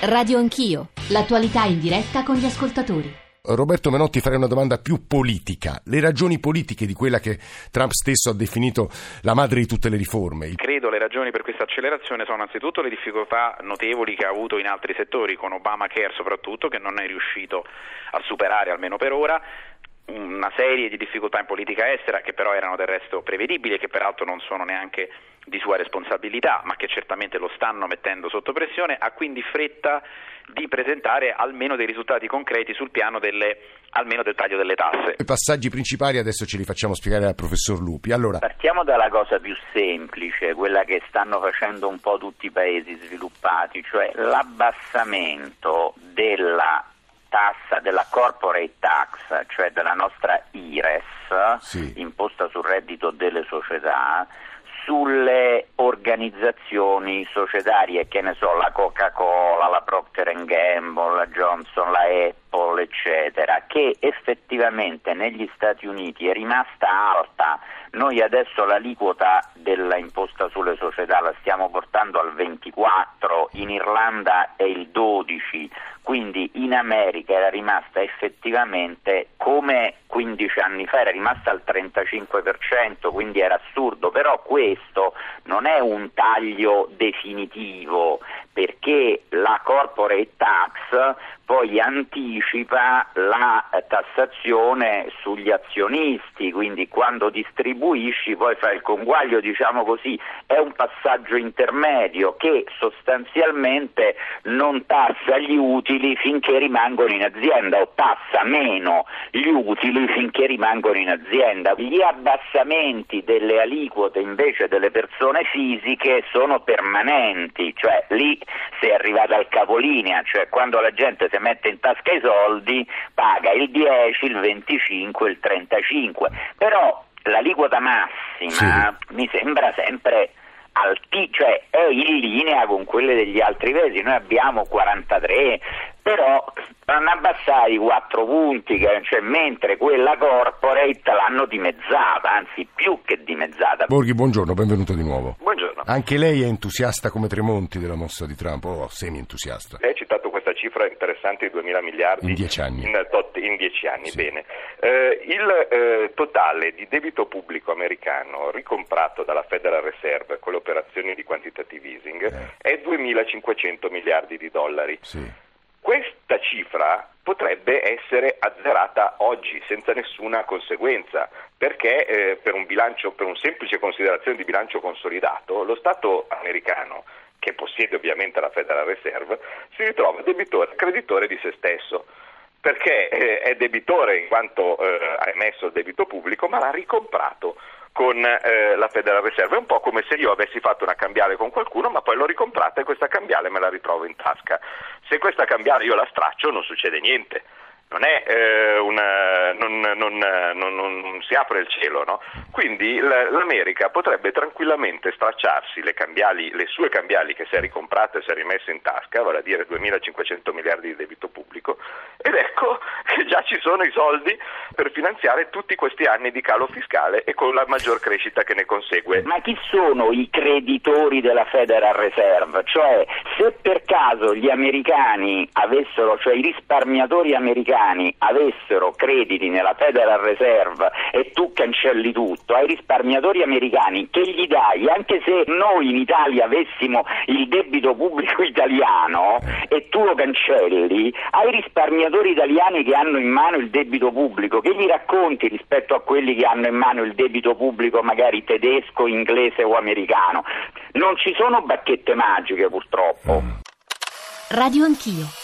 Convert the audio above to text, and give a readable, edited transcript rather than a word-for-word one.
Radio Anch'io, l'attualità in diretta con gli ascoltatori. Roberto Menotti, farei una domanda più politica. Le ragioni politiche di quella che Trump stesso ha definito la madre di tutte le riforme. Credo le ragioni per questa accelerazione sono anzitutto le difficoltà notevoli che ha avuto in altri settori, con Obamacare soprattutto, che non è riuscito a superare almeno per ora, una serie di difficoltà in politica estera che però erano del resto prevedibili e che peraltro non sono neanche di sua responsabilità, ma che certamente lo stanno mettendo sotto pressione. Ha quindi fretta di presentare almeno dei risultati concreti sul piano almeno del taglio delle tasse. I passaggi principali adesso ce li facciamo spiegare al professor Lupi. Allora, partiamo dalla cosa più semplice, quella che stanno facendo un po' tutti i paesi sviluppati, cioè l'abbassamento della tassa della corporate tax, cioè della nostra IRES, sì, imposta sul reddito delle società, sulle organizzazioni societarie, che ne so, la Coca-Cola, la Procter & Gamble, la Johnson, la Apple, eccetera, che effettivamente negli Stati Uniti è rimasta alta. Noi adesso l'aliquota della imposta sulle società la stiamo portando al 24, in Irlanda è il 12, quindi in America era rimasta effettivamente come 15 anni fa, era rimasta al 35%, quindi era assurdo, però questo non è un taglio definitivo, perché la corporate tax poi anticipa la tassazione sugli azionisti, quindi quando distribuisci poi fai il conguaglio, diciamo così, è un passaggio intermedio che sostanzialmente non tassa gli utili finché rimangono in azienda o tassa meno gli utili finché rimangono in azienda. Gli abbassamenti delle aliquote invece delle persone fisiche sono permanenti, cioè lì si è arrivata al capolinea, cioè quando la gente si mette in tasca i soldi paga il 10, il 25, il 35, però l'aliquota massima mi sembra sempre cioè è in linea con quelle degli altri paesi. Noi abbiamo 43, però hanno abbassato i 4 punti, cioè, mentre quella corporate l'hanno dimezzata, anzi più che dimezzata. Borghi, buongiorno, benvenuto di nuovo. Buongiorno. Anche lei è entusiasta come Tremonti della mossa di Trump, o semi-entusiasta? Lei ha citato questa cifra interessante di 2.000 miliardi in 10 anni. In 10 anni, sì. Bene. Il totale di debito pubblico americano ricomprato dalla Federal Reserve con le operazioni di quantitative easing è 2.500 miliardi di dollari. Sì. Questa cifra potrebbe essere azzerata oggi senza nessuna conseguenza, perché per un semplice considerazione di bilancio consolidato, lo Stato americano, che possiede ovviamente la Federal Reserve, si ritrova creditore di se stesso, perché è debitore in quanto ha emesso il debito pubblico, ma l'ha ricomprato con la Federal Reserve. È un po' come se io avessi fatto una cambiale con qualcuno, ma poi l'ho ricomprata e questa cambiale me la ritrovo in tasca. Se questa cambiale io la straccio non succede niente. Non è non si apre il cielo, no? Quindi l'America potrebbe tranquillamente stracciarsi le sue cambiali che si è ricomprata e si è rimessa in tasca, vale a dire 2.500 miliardi di debito pubblico, ed ecco che già ci sono i soldi per finanziare tutti questi anni di calo fiscale e con la maggior crescita che ne consegue. Ma chi sono i creditori della Federal Reserve? Cioè, se per caso gli americani avessero, cioè i risparmiatori americani avessero crediti nella Federal Reserve e tu cancelli tutto, ai risparmiatori americani che gli dai, anche se noi in Italia avessimo il debito pubblico italiano e tu lo cancelli, ai risparmiatori italiani che hanno in mano il debito pubblico, che gli racconti rispetto a quelli che hanno in mano il debito pubblico magari tedesco, inglese o americano? Non ci sono bacchette magiche, purtroppo. Radio Anch'io.